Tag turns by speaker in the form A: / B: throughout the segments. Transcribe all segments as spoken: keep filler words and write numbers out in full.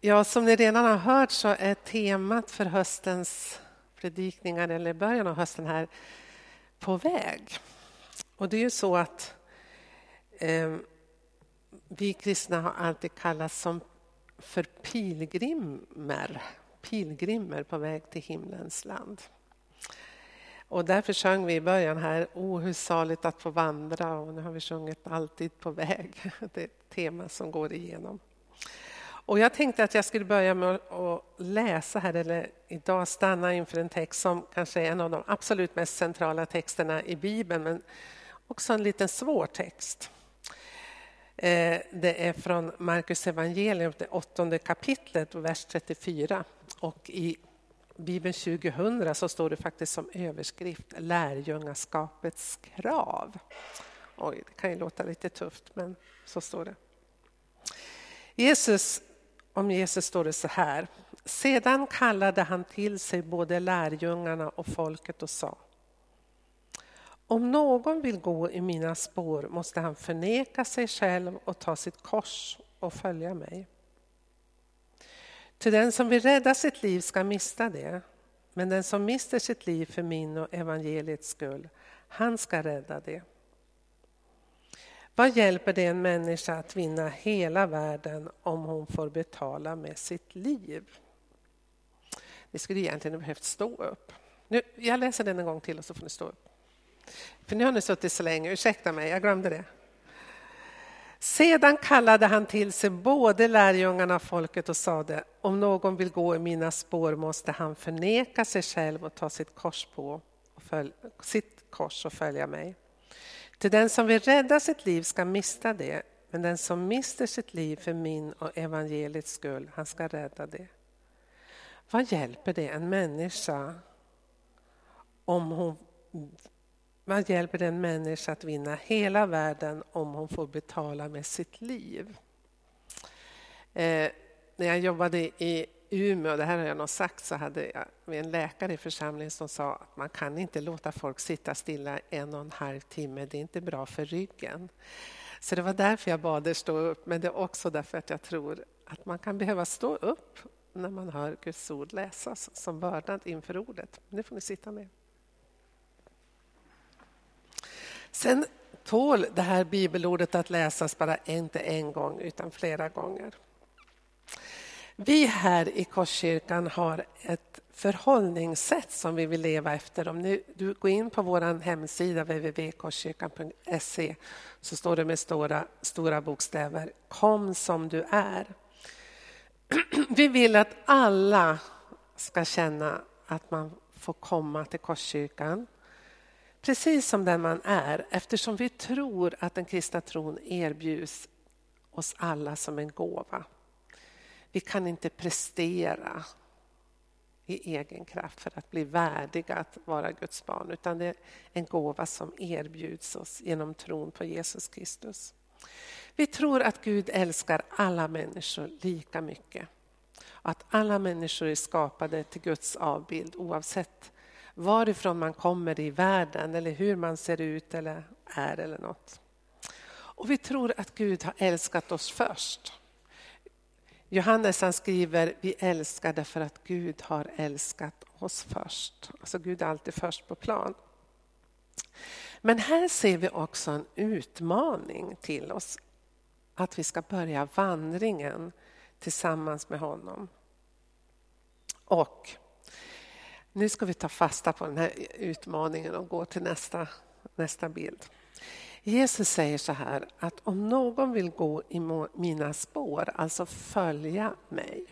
A: Ja, som ni redan har hört så är temat för höstens predikningar eller början av hösten här på väg. Och det är ju så att eh, vi kristna har alltid kallats som för pilgrimer, pilgrimer på väg till himlens land. Och därför sjöng vi i början här, o hur saligt att få vandra, och nu har vi sjungit alltid på väg. Det är ett tema som går igenom. Och jag tänkte att jag skulle börja med att läsa här, eller idag stanna inför en text som kanske är en av de absolut mest centrala texterna i Bibeln, men också en liten svår text. Det är från Markus evangelium, det åttonde kapitlet, vers trettiofyra. Och i Bibeln tjugohundra så står det faktiskt som överskrift lärjungaskapets krav. Oj, det kan ju låta lite tufft, men så står det. Jesus, om Jesus står det så här. Sedan kallade han till sig både lärjungarna och folket och sa: om någon vill gå i mina spår måste han förneka sig själv och ta sitt kors och följa mig. Till den som vill rädda sitt liv ska mista det, men den som mister sitt liv för min och evangeliets skull, han ska rädda det. Vad hjälper det en människa att vinna hela världen om hon får betala med sitt liv? Det skulle egentligen behövt stå upp. Nu, jag läser den en gång till och så får ni stå upp. För nu har ni suttit så länge, ursäkta mig, jag glömde det. Sedan kallade han till sig både lärjungarna och folket och sade: om någon vill gå i mina spår måste han förneka sig själv och ta sitt kors på och följa, sitt kors och följa mig. Till den som vill rädda sitt liv ska mista det, men den som mister sitt liv för min och evangeliets skull, han ska rädda det. Vad hjälper det en människa om hon Vad hjälper det en människa att vinna hela världen om hon får betala med sitt liv? Eh, när jag jobbade i Umeå, det här har jag nog sagt, så hade jag en läkare i församlingen som sa att man kan inte låta folk sitta stilla en och en halv timme. Det är inte bra för ryggen. Så det var därför jag bad er stå upp, men det är också därför att jag tror att man kan behöva stå upp när man hör Guds ord läsas som vördnad inför ordet. Nu får ni sitta med. Sen tål det här bibelordet att läsas bara inte en gång utan flera gånger. Vi här i Korskyrkan har ett förhållningssätt som vi vill leva efter. Om ni, du går in på vår hemsida w w w punkt korskyrkan punkt se så står det med stora, stora bokstäver: kom som du är. Vi vill att alla ska känna att man får komma till Korskyrkan precis som den man är, eftersom vi tror att den kristna tron erbjuds oss alla som en gåva. Vi kan inte prestera i egen kraft för att bli värdiga att vara Guds barn, utan det är en gåva som erbjuds oss genom tron på Jesus Kristus. Vi tror att Gud älskar alla människor lika mycket, och att alla människor är skapade till Guds avbild oavsett varifrån man kommer i världen eller hur man ser ut eller är eller något. Och vi tror att Gud har älskat oss först. Johannes han skriver: vi älskar därför att Gud har älskat oss först. Alltså Gud är alltid först på plan. Men här ser vi också en utmaning till oss, att vi ska börja vandringen tillsammans med honom. Och nu ska vi ta fasta på den här utmaningen och gå till nästa, nästa bild. Jesus säger så här, att om någon vill gå i mina spår, alltså följa mig.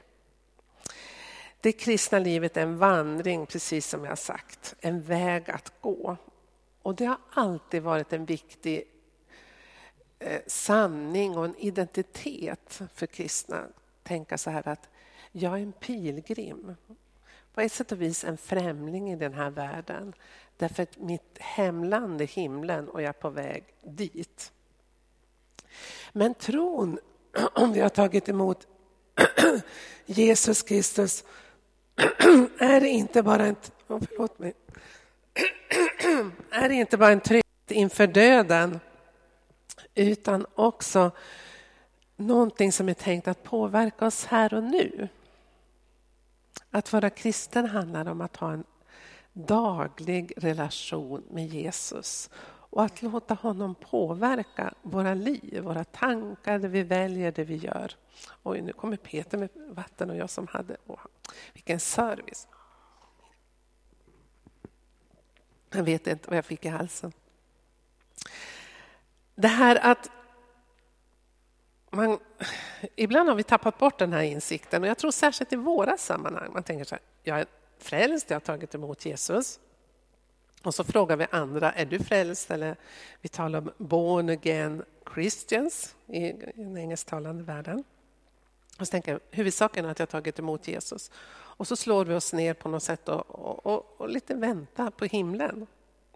A: Det kristna livet är en vandring, precis som jag sagt, en väg att gå. Och det har alltid varit en viktig eh, sanning och en identitet för kristna. Tänka så här att jag är en pilgrim. På ett sätt och vis en främling i den här världen. Därför att mitt hemland är himlen och jag är på väg dit. Men tron, om vi har tagit emot Jesus Kristus, är inte bara en, oh, förlåt mig, är inte bara en trygghet inför döden, utan också någonting som är tänkt att påverka oss här och nu. Att vara kristen handlar om att ha en daglig relation med Jesus och att låta honom påverka våra liv, våra tankar, det vi väljer, det vi gör. Oj, nu kommer Peter med vatten och jag som hade, åh, vilken service. Jag vet inte vad jag fick i halsen. Det här att man, ibland har vi tappat bort den här insikten och jag tror särskilt i våra sammanhang. Man tänker så här, jag är frälst, jag har tagit emot Jesus. Och så frågar vi andra, är du frälst? Eller vi talar om born again Christians i den engelsktalande världen. Och så tänker jag, huvudsaken är att jag har tagit emot Jesus. Och så slår vi oss ner på något sätt och, och, och, och lite vänta på himlen.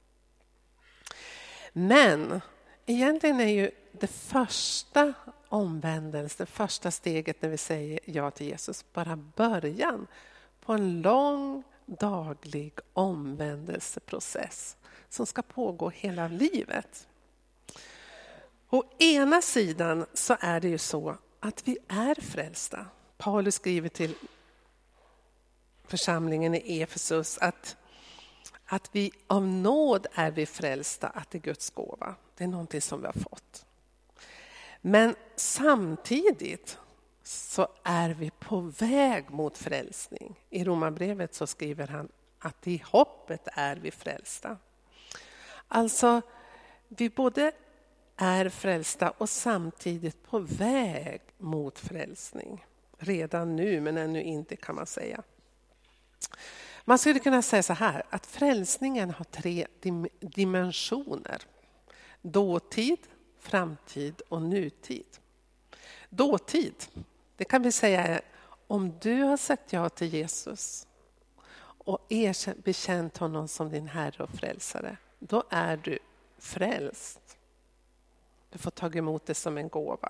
A: Men egentligen är ju det första omvändelsen, det första steget när vi säger ja till Jesus, bara början på en lång daglig omvändelseprocess som ska pågå hela livet. Å ena sidan så är det ju så att vi är frälsta. Paulus skriver till församlingen i Efesus att, att vi av nåd är vi frälsta, att det är Guds gåva. Det är någonting som vi har fått. Men samtidigt så är vi på väg mot frälsning. I Romarbrevet så skriver han att i hoppet är vi frälsta. Alltså vi både är frälsta och samtidigt på väg mot frälsning. Redan nu, men ännu inte, kan man säga. Man skulle kunna säga så här, att frälsningen har tre dim- dimensioner. Dåtid, framtid och nutid. Dåtid, det kan vi säga är om du har sagt ja till Jesus och erkänt, bekänt honom som din Herre och frälsare, då är du frälst. Du får ta emot det som en gåva.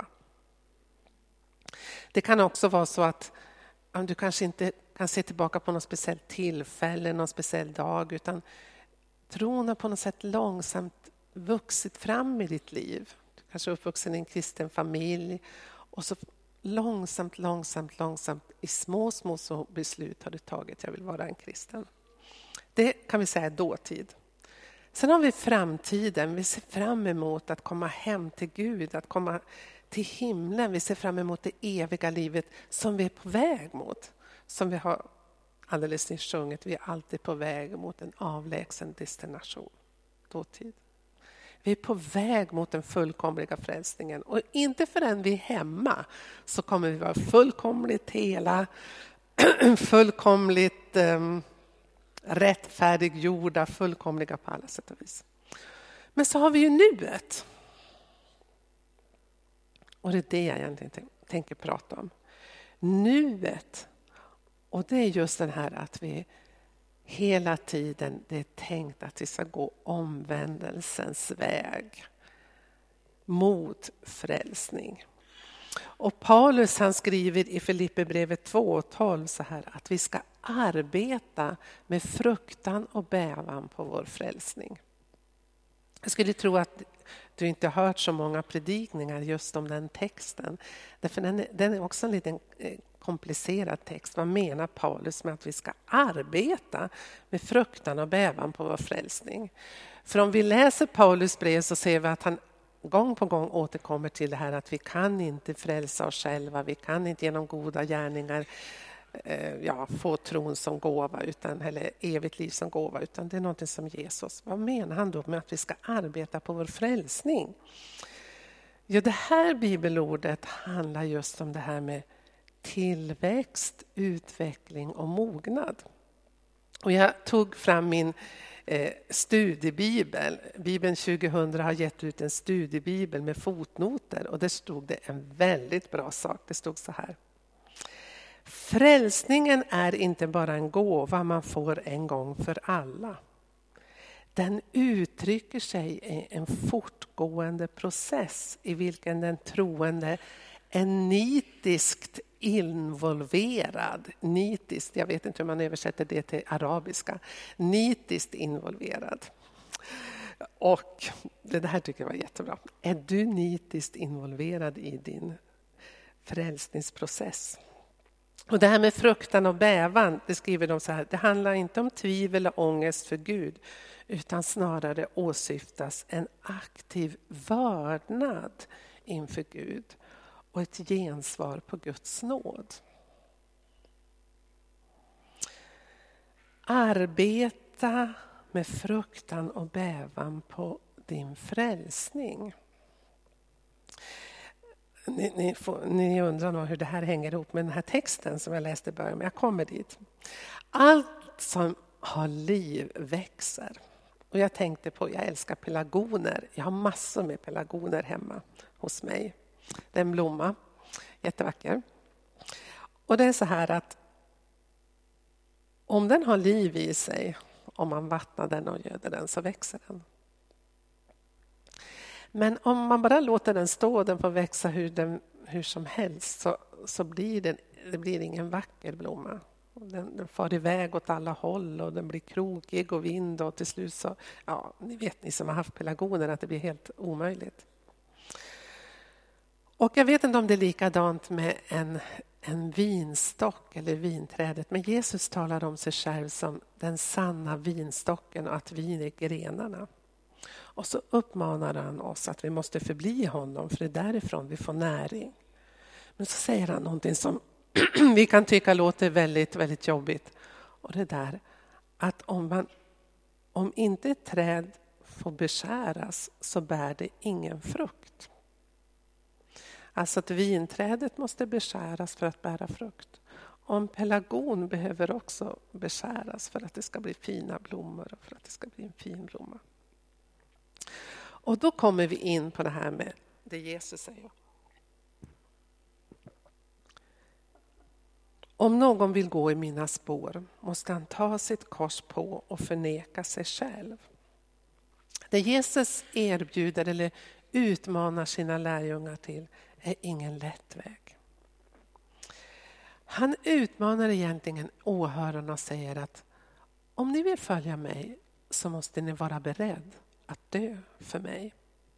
A: Det kan också vara så att du kanske inte kan se tillbaka på något speciellt tillfälle, någon speciell dag, utan tron har på något sätt långsamt vuxit fram i ditt liv. Du kanske är uppvuxen i en kristen familj och så långsamt, långsamt, långsamt i små, små så beslut har du tagit, jag vill vara en kristen. Det kan vi säga är dåtid. Sen har vi framtiden, vi ser fram emot att komma hem till Gud, att komma till himlen. Vi ser fram emot det eviga livet som vi är på väg mot. Som vi har alldeles nyss sjungit, vi är alltid på väg mot en avlägsen destination. Dåtid. Vi är på väg mot den fullkomliga frälsningen. Och inte förrän vi är hemma så kommer vi vara fullkomligt hela, fullkomligt um, rättfärdiggjorda, fullkomliga på alla sätt och vis. Men så har vi ju nuet. Och det är det jag egentligen tänker prata om. Nuet. Och det är just den här att vi hela tiden, det är tänkt att vi ska gå omvändelsens väg mot frälsning. Och Paulus han skriver i Filipperbrevet två tolv så här att vi ska arbeta med fruktan och bävan på vår frälsning. Jag skulle tro att du inte har hört så många predikningar just om den texten. Därför den är, den är också en liten komplicerad text. Vad menar Paulus med att vi ska arbeta med fruktan och bävan på vår frälsning? För om vi läser Paulus brev så ser vi att han gång på gång återkommer till det här att vi kan inte frälsa oss själva. Vi kan inte genom goda gärningar eh, ja, få tron som gåva utan, eller evigt liv som gåva, utan det är något som Jesus. Vad menar han då med att vi ska arbeta på vår frälsning? Jo, det här bibelordet handlar just om det här med tillväxt, utveckling och mognad. Och jag tog fram min eh, studiebibel. Bibeln tjugohundra har gett ut en studiebibel med fotnoter och där stod det en väldigt bra sak. Det stod så här. Frälsningen är inte bara en gåva man får en gång för alla. Den uttrycker sig i en fortgående process i vilken den troende är nitiskt involverad. Nitiskt, jag vet inte hur man översätter det till arabiska. Nitiskt involverad. Och det här tycker jag var jättebra. Är du nitiskt involverad i din frälsningsprocess. Och det här med fruktan och bävan, det skriver de så här, det handlar inte om tvivel och ångest för Gud, utan snarare åsyftas en aktiv vördnad inför Gud och ett gensvar på Guds nåd. Arbeta med fruktan och bävan på din frälsning. Ni, ni, får, ni undrar nog hur det här hänger ihop med den här texten som jag läste i början, men jag kommer dit. Allt som har liv växer. Och jag tänkte på, jag älskar pelargoner. Jag har massor med pelargoner hemma hos mig. Det är en blomma, jättevacker. Och det är så här att om den har liv i sig, om man vattnar den och göder den, så växer den. Men om man bara låter den stå, den får växa hur, den, hur som helst, så, så blir den, det blir ingen vacker blomma. Den, den far iväg åt alla håll och den blir krokig och vind och till slut så, ja, ni vet ni som har haft pelargoner att det blir helt omöjligt. Och jag vet inte om det är likadant med en, en vinstock eller vinträdet, men Jesus talar om sig själv som den sanna vinstocken och att vin är grenarna. Och så uppmanar han oss att vi måste förbli honom, för det är därifrån vi får näring. Men så säger han någonting som vi kan tycka låter väldigt, väldigt jobbigt. Och det där att om, man, om inte ett träd får beskäras så bär det ingen frukt. Alltså att vinträdet måste beskäras för att bära frukt. Om pelargon behöver också beskäras för att det ska bli fina blommor och för att det ska bli en fin blomma. Och då kommer vi in på det här med det Jesus säger. Om någon vill gå i mina spår måste han ta sitt kors på och förneka sig själv. Det Jesus erbjuder eller utmanar sina lärjungar till är ingen lätt väg. Han utmanar egentligen åhörarna och säger att om ni vill följa mig så måste ni vara beredd att dö för mig.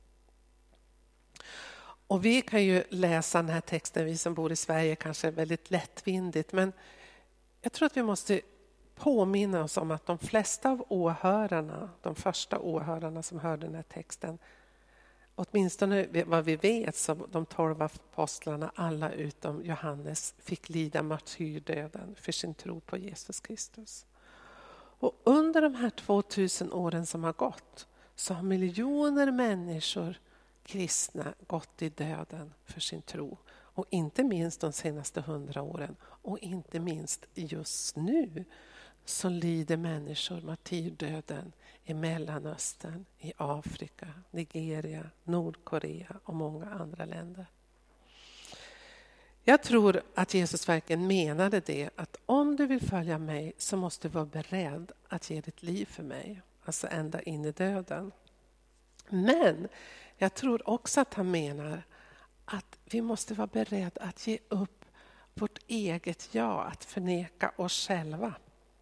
A: Och vi kan ju läsa den här texten, vi som bor i Sverige, kanske väldigt lättvindigt. Men jag tror att vi måste påminna oss om att de flesta av åhörarna, de första åhörarna som hörde den här texten, åtminstone vad vi vet så de tolv apostlarna, alla utom Johannes, fick lida martyrdöden för sin tro på Jesus Kristus. Och under de här tvåtusen åren som har gått så har miljoner människor, kristna, gått i döden för sin tro. Och inte minst de senaste hundra åren. Och inte minst just nu så lider människor martyrdöden i Mellanöstern, i Afrika, Nigeria, Nordkorea och många andra länder. Jag tror att Jesus verkligen menade det, att om du vill följa mig så måste du vara beredd att ge ditt liv för mig. Alltså ända in i döden. Men jag tror också att han menar att vi måste vara beredda att ge upp vårt eget jag, att förneka oss själva.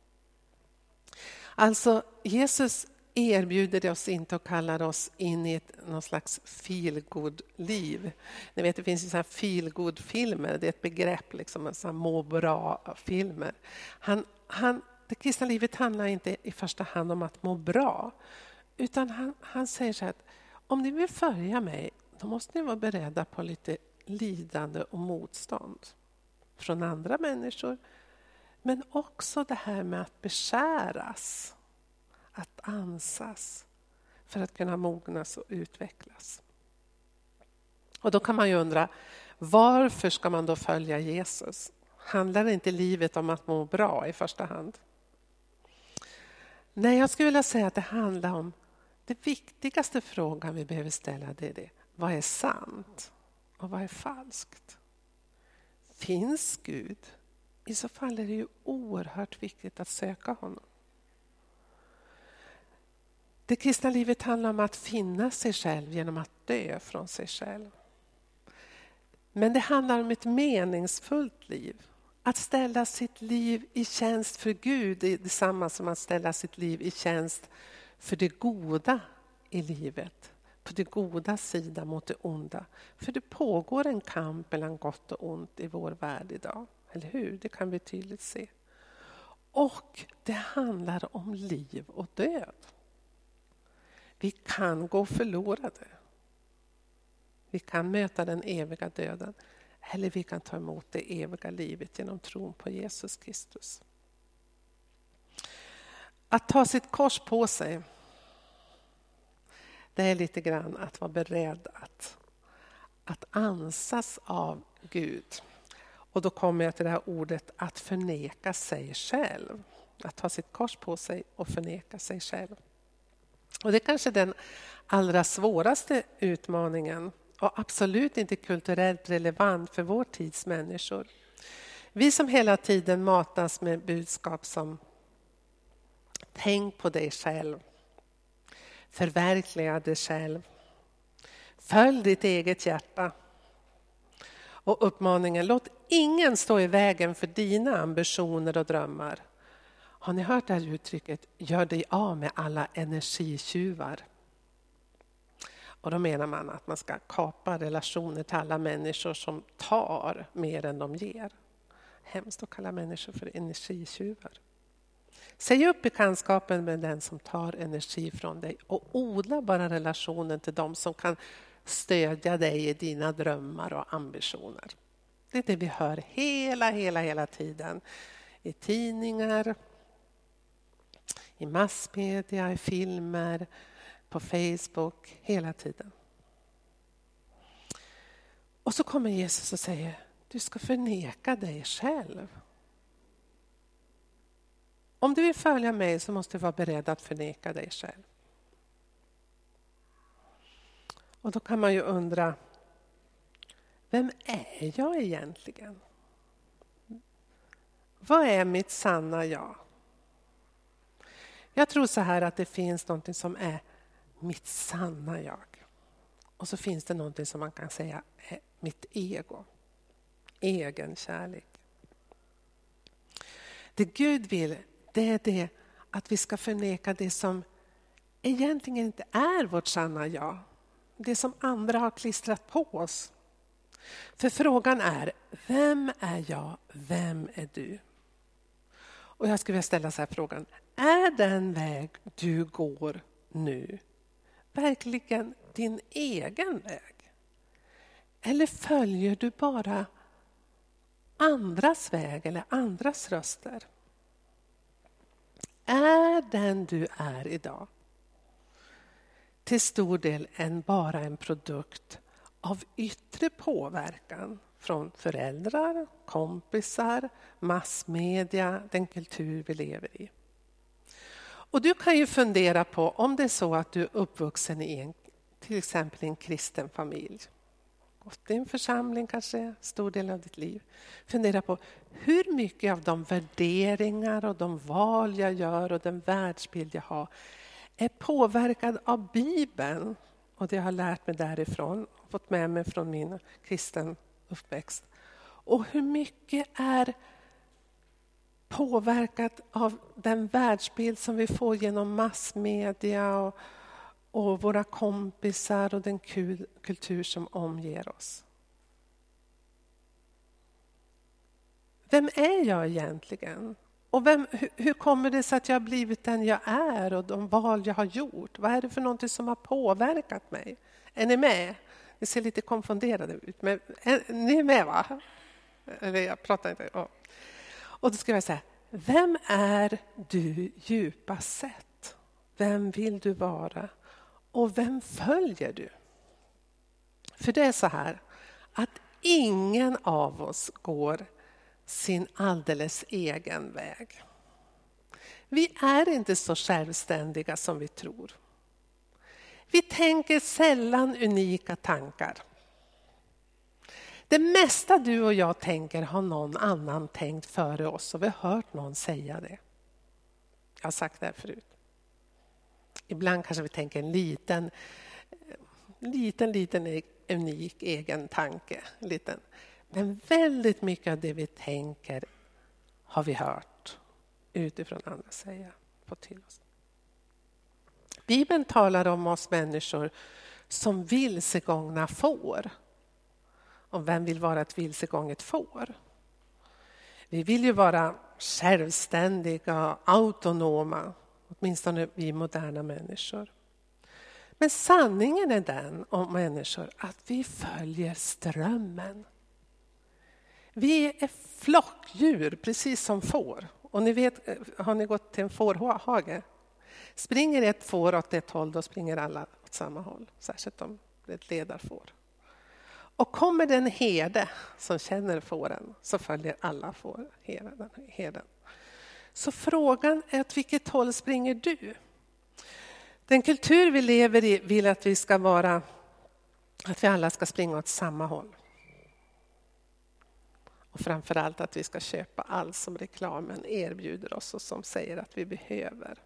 A: Alltså Jesus erbjuder oss inte och kallar oss in i ett, någon slags feelgood-liv. Ni vet, det finns ju så här feelgood-filmer, det är ett begrepp, liksom, så här må bra-filmer. Han, han, det kristna livet handlar inte i första hand om att må bra, utan han, han säger så här att om ni vill följa mig, då måste ni vara beredda på lite lidande och motstånd från andra människor. Men också det här med att beskäras, att ansas för att kunna mognas och utvecklas. Och då kan man ju undra, varför ska man då följa Jesus? Handlar inte livet om att må bra i första hand? Nej, jag skulle vilja säga att det handlar om det viktigaste frågan vi behöver ställa, det är det. Vad är sant och vad är falskt? Finns Gud? I så fall är det ju oerhört viktigt att söka honom. Det kristna livet handlar om att finna sig själv genom att dö från sig själv. Men det handlar om ett meningsfullt liv. Att ställa sitt liv i tjänst för Gud är detsamma som att ställa sitt liv i tjänst för det goda i livet. på det goda sida mot det onda. För det pågår en kamp mellan gott och ont i vår värld idag. Eller hur? Det kan vi tydligt se. Och det handlar om liv och död. Vi kan gå förlorade. Vi kan möta den eviga döden. Eller vi kan ta emot det eviga livet genom tron på Jesus Kristus. Att ta sitt kors på sig, det är lite grann att vara beredd att, att ansas av Gud. Och då kommer jag till det här ordet att förneka sig själv. Att ta sitt kors på sig och förneka sig själv. Och det är kanske den allra svåraste utmaningen. Och absolut inte kulturellt relevant för vår tids människor. Vi som hela tiden matas med budskap som tänk på dig själv. Förverkliga dig själv. Följ ditt eget hjärta. Och uppmaningen, låt ingen stå i vägen för dina ambitioner och drömmar. Har ni hört det här uttrycket? Gör dig av med alla energitjuvar. Och då menar man att man ska kapa relationer till alla människor som tar mer än de ger. Hemskt att kalla människor för energitjuvar. Säg upp bekantskapen med den som tar energi från dig och odla bara relationen till dem som kan stödja dig i dina drömmar och ambitioner. Det är det vi hör hela, hela, hela tiden. I tidningar, i massmedia, i filmer, på Facebook, hela tiden. Och så kommer Jesus och säger, du ska förneka dig själv. Om du vill följa mig så måste du vara beredd att förneka dig själv. Och då kan man ju undra, vem är jag egentligen? Vad är mitt sanna jag? Jag tror så här att det finns något som är mitt sanna jag. Och så finns det något som man kan säga är mitt ego. Egen kärlek. Det Gud vill, det är det att vi ska förneka det som egentligen inte är vårt sanna jag. Det som andra har klistrat på oss. För frågan är, vem är jag? Vem är du? Och jag skulle vilja ställa så här frågan. Är den väg du går nu verkligen din egen väg? Eller följer du bara andras väg eller andras röster? Är den du är idag till stor del än bara en produkt av yttre påverkan från föräldrar, kompisar, massmedia, den kultur vi lever i? Och du kan ju fundera på om det är så att du är uppvuxen i en, till exempel en kristen familj. Gått i en församling kanske stor del av ditt liv. Fundera på hur mycket av de värderingar och de val jag gör och den världsbild jag har är påverkad av Bibeln och det jag har lärt mig därifrån och fått med mig från min kristen uppväxt. Och hur mycket är påverkat av den världsbild som vi får genom massmedia och, och våra kompisar och den kul, kultur som omger oss. Vem är jag egentligen? Och vem, hur, hur kommer det sig att jag har blivit den jag är och de val jag har gjort? Vad är det för något som har påverkat mig? Är ni med? Ni ser lite konfunderade ut. Men är, ni är med va? Eller jag pratar inte. Ja. Och då ska jag säga, vem är du djupast sett? Vem vill du vara? Och vem följer du? För det är så här att ingen av oss går sin alldeles egen väg. Vi är inte så självständiga som vi tror. Vi tänker sällan unika tankar. Det mesta du och jag tänker har någon annan tänkt före oss och vi har hört någon säga det. Jag har sagt det här förut. Ibland kanske vi tänker en liten, liten, liten unik egen tanke. Liten. Men väldigt mycket av det vi tänker har vi hört utifrån andra säga på till oss. Bibeln talar om oss människor som vilsegångna får. Och vem vill vara ett vilsegånget får? Vi vill ju vara självständiga, autonoma, åtminstone vi moderna människor. Men sanningen är den om människor att vi följer strömmen. Vi är flockdjur, precis som får. Och ni vet, har ni gått till en fårhage? Springer ett får åt ett håll, då springer alla åt samma håll. Särskilt om det är ett ledarfår. Och kommer den herde som känner fåren, så följer alla får herden. Så frågan är åt vilket håll springer du? Den kultur vi lever i vill att vi ska vara, att vi alla ska springa åt samma håll. Och framförallt att vi ska köpa allt som reklamen erbjuder oss och som säger att vi behöver.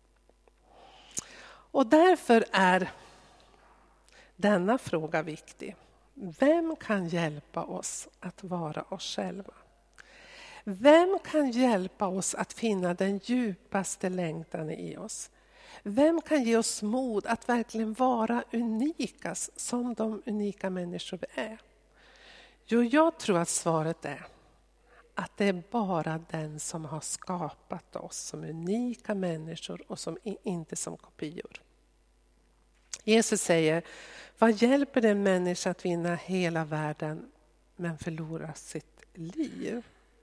A: Och därför är denna fråga viktig. Vem kan hjälpa oss att vara oss själva? Vem kan hjälpa oss att finna den djupaste längtan i oss? Vem kan ge oss mod att verkligen vara unika som de unika människor vi är? Jo, jag tror att svaret är att det är bara den som har skapat oss som unika människor och som inte som kopior. Jesus säger, vad hjälper den människa att vinna hela världen men förlora sitt liv?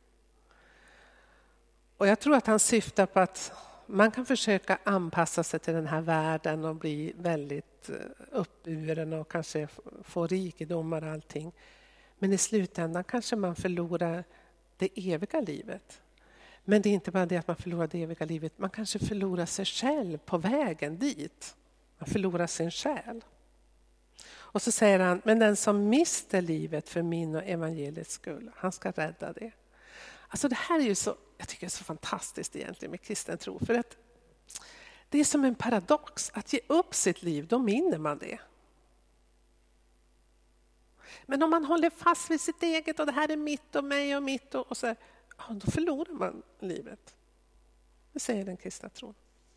A: Och jag tror att han syftar på att man kan försöka anpassa sig till den här världen och bli väldigt uppburen och kanske få rikedomar och allting. Men i slutändan kanske man förlorar det eviga livet. Men det är inte bara det att man förlorar det eviga livet. Man kanske förlorar sig själv på vägen dit. Man förlorar sin själ. Och så säger han, men den som mister livet för min och evangeliets skull, han ska rädda det. Alltså det här är ju så, jag tycker det är så fantastiskt egentligen med kristen tro. För att det är som en paradox. Att ge upp sitt liv, då minner man det. Men om man håller fast vid sitt eget och det här är mitt och mig och mitt och, och så, ja, då förlorar man livet. Det säger den kristna tron.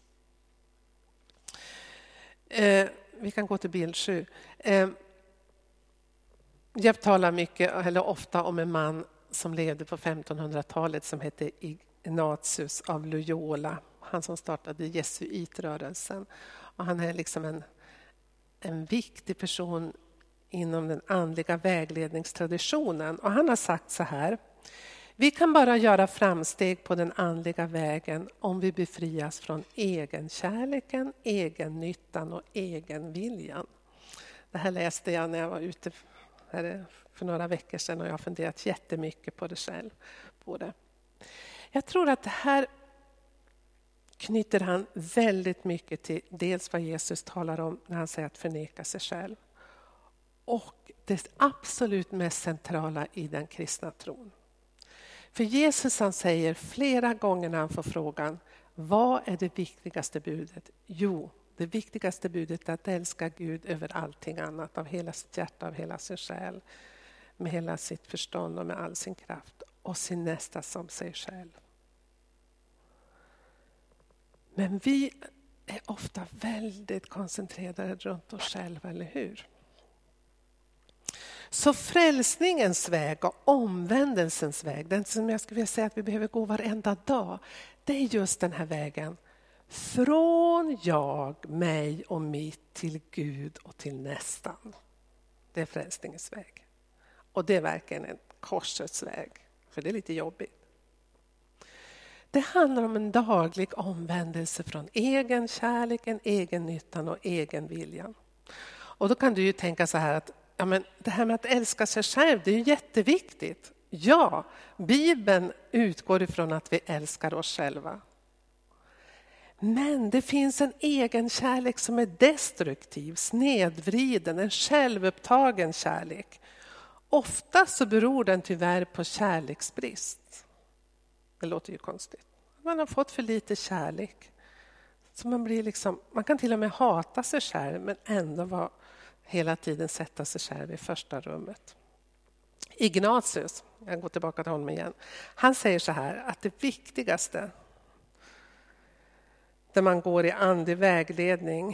A: Eh, vi kan gå till bild sju. Eh, jag talar mycket, eller ofta om en man som levde på femtonhundratalet som hette Ignatius av Loyola. Han som startade jesuitrörelsen. Och han är liksom en, en viktig person inom den andliga vägledningstraditionen. Och han har sagt så här. Vi kan bara göra framsteg på den andliga vägen om vi befrias från egenkärleken, egennyttan och egenviljan. Det här läste jag när jag var ute för några veckor sedan och jag har funderat jättemycket på det själv. På det. Jag tror att det här knyter han väldigt mycket till dels vad Jesus talar om när han säger att förneka sig själv. Och det absolut mest centrala i den kristna tron. För Jesus han säger flera gånger när han får frågan, vad är det viktigaste budet? Jo, det viktigaste budet är att älska Gud över allting annat, av hela sitt hjärta, av hela sin själ, med hela sitt förstånd och med all sin kraft. Och sin nästa som sig själv. Men vi är ofta väldigt koncentrerade runt oss själva, eller hur? Så frälsningens väg och omvändelsens väg, den som jag skulle vilja säga att vi behöver gå varenda dag, det är just den här vägen. Från jag, mig och mitt till Gud och till nästan. Det är frälsningens väg. Och det är verkligen en korsets väg, för det är lite jobbigt. Det handlar om en daglig omvändelse från egen kärleken, egen nyttan och egen viljan. Och då kan du ju tänka så här att ja, men det här med att älska sig själv, det är ju jätteviktigt. Ja, Bibeln utgår ifrån att vi älskar oss själva. Men det finns en egen kärlek som är destruktiv, snedvriden, en självupptagen kärlek. Ofta så beror den tyvärr på kärleksbrist. Det låter ju konstigt. Man har fått för lite kärlek. Så man, blir liksom, man kan till och med hata sig själv men ändå vara, hela tiden sätta sig själv i första rummet. Ignatius, jag går tillbaka till honom igen. Han säger så här att det viktigaste där man går i andlig vägledning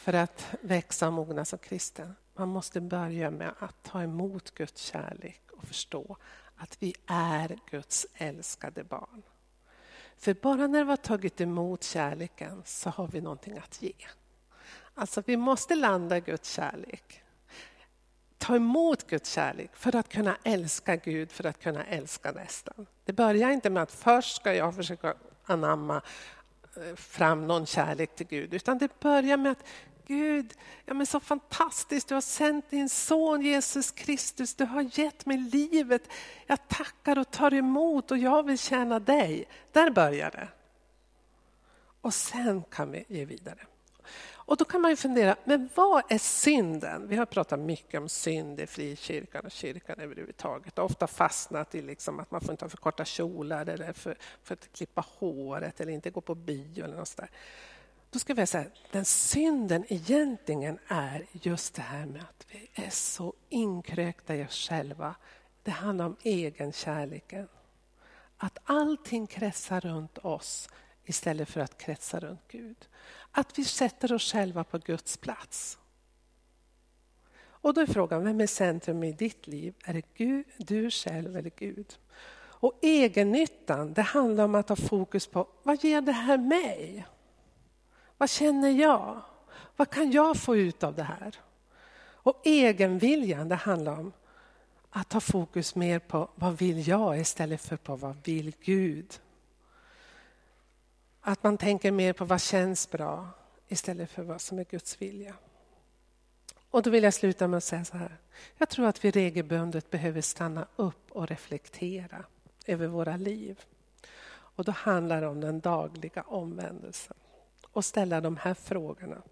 A: för att växa och mogna som kristen. Man måste börja med att ta emot Guds kärlek och förstå att vi är Guds älskade barn. För bara när vi har tagit emot kärleken så har vi någonting att ge. Alltså vi måste landa i Guds kärlek. Ta emot Guds kärlek för att kunna älska Gud, för att kunna älska nästan. Det börjar inte med att först ska jag försöka anamma fram någon kärlek till Gud. Utan det börjar med att Gud, ja men så fantastiskt, du har sänt din son Jesus Kristus, du har gett mig livet. Jag tackar och tar emot och jag vill tjäna dig. Där börjar det. Och sen kan vi ge vidare. Och då kan man ju fundera, men vad är synden? Vi har pratat mycket om synd i frikyrkan och kyrkan överhuvudtaget. Och ofta fastnat i liksom att man får inte ha för korta kjolar eller för, för att klippa håret eller inte gå på bio eller något sådär. Då ska vi säga att den synden egentligen är just det här med att vi är så inkrökta i oss själva. Det handlar om egen kärleken. Att allting kretsar runt oss istället för att kretsa runt Gud. Att vi sätter oss själva på Guds plats. Och då är frågan, vem är centrum i ditt liv? Är det Gud, du själv eller Gud? Och egennyttan, det handlar om att ha fokus på, vad ger det här mig? Vad känner jag? Vad kan jag få ut av det här? Och egenviljan, det handlar om att ha fokus mer på, vad vill jag istället för på, vad vill Gud? Att man tänker mer på vad känns bra istället för vad som är Guds vilja. Och då vill jag sluta med att säga så här. Jag tror att vi regelbundet behöver stanna upp och reflektera över våra liv. Och då handlar det om den dagliga omvändelsen. Och ställa de här frågorna.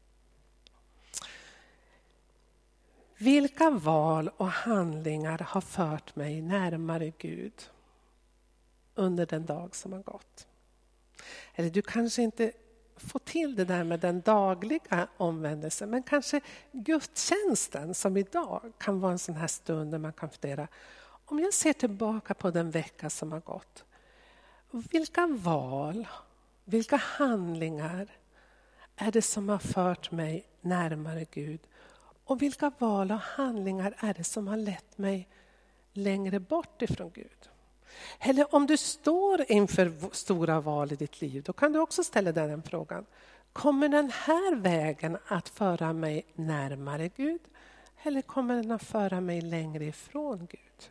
A: Vilka val och handlingar har fört mig närmare Gud under den dag som har gått? Eller du kanske inte får till det där med den dagliga omvändelsen, men kanske gudstjänsten som idag kan vara en sån här stund där man kan fundera. Om jag ser tillbaka på den vecka som har gått, vilka val, vilka handlingar är det som har fört mig närmare Gud? Och vilka val och handlingar är det som har lett mig längre bort ifrån Gud? Eller om du står inför stora val i ditt liv, då kan du också ställa dig den frågan. Kommer den här vägen att föra mig närmare Gud? Eller kommer den att föra mig längre ifrån Gud?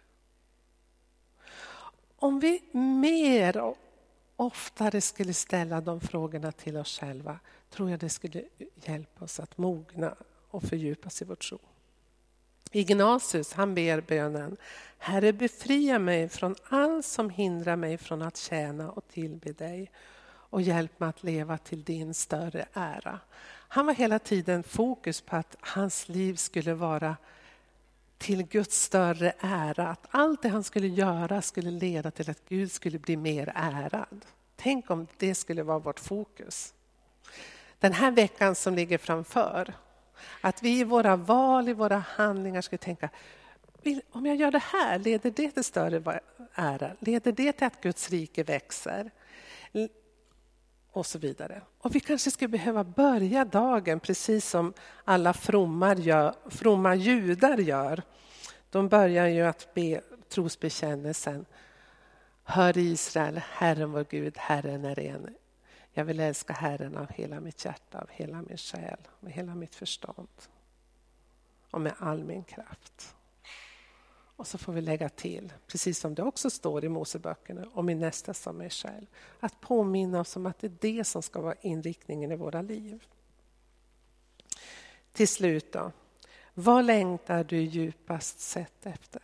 A: Om vi mer och oftare skulle ställa de frågorna till oss själva, tror jag det skulle hjälpa oss att mogna och fördjupas i vår tro. Ignatius, han ber bönen: Herre, befria mig från allt som hindrar mig från att tjäna och tillbe dig, och hjälp mig att leva till din större ära. Han var hela tiden fokus på att hans liv skulle vara till Guds större ära. Att allt det han skulle göra skulle leda till att Gud skulle bli mer ärad. Tänk om det skulle vara vårt fokus. Den här veckan som ligger framför, att vi i våra val, i våra handlingar ska tänka, om jag gör det här, leder det till större ära? Leder det till att Guds rike växer? Och så vidare. Och vi kanske skulle behöva börja dagen precis som alla fromma, gör, fromma judar gör. De börjar ju att be trosbekännelsen. Hör Israel, Herren vår Gud, Herren är en. Jag vill älska Herren av hela mitt hjärta, av hela min själ, med hela mitt förstånd och med all min kraft. Och så får vi lägga till, precis som det också står i Moseböckerna, och min nästa som mig själv. Att påminna oss om att det är det som ska vara inriktningen i våra liv. Till slut då, vad längtar du djupast sett efter?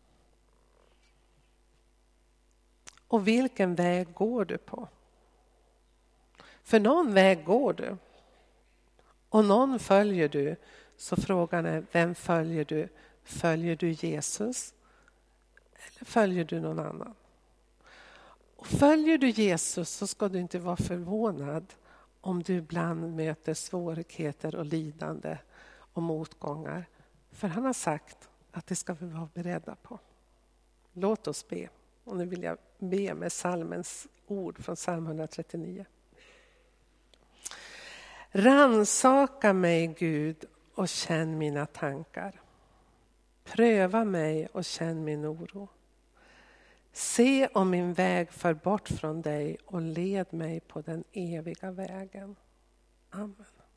A: Och vilken väg går du på? För någon väg går du. Och någon följer du. Så frågan är, vem följer du? Följer du Jesus? Eller följer du någon annan? Och följer du Jesus så ska du inte vara förvånad om du ibland möter svårigheter och lidande och motgångar. För han har sagt att det ska vi vara beredda på. Låt oss be. Och nu vill jag be med psalmens ord från psalm etthundratrettionio. Ransaka mig, Gud, och känn mina tankar. Pröva mig och känn min oro. Se om min väg för bort från dig och led mig på den eviga vägen. Amen.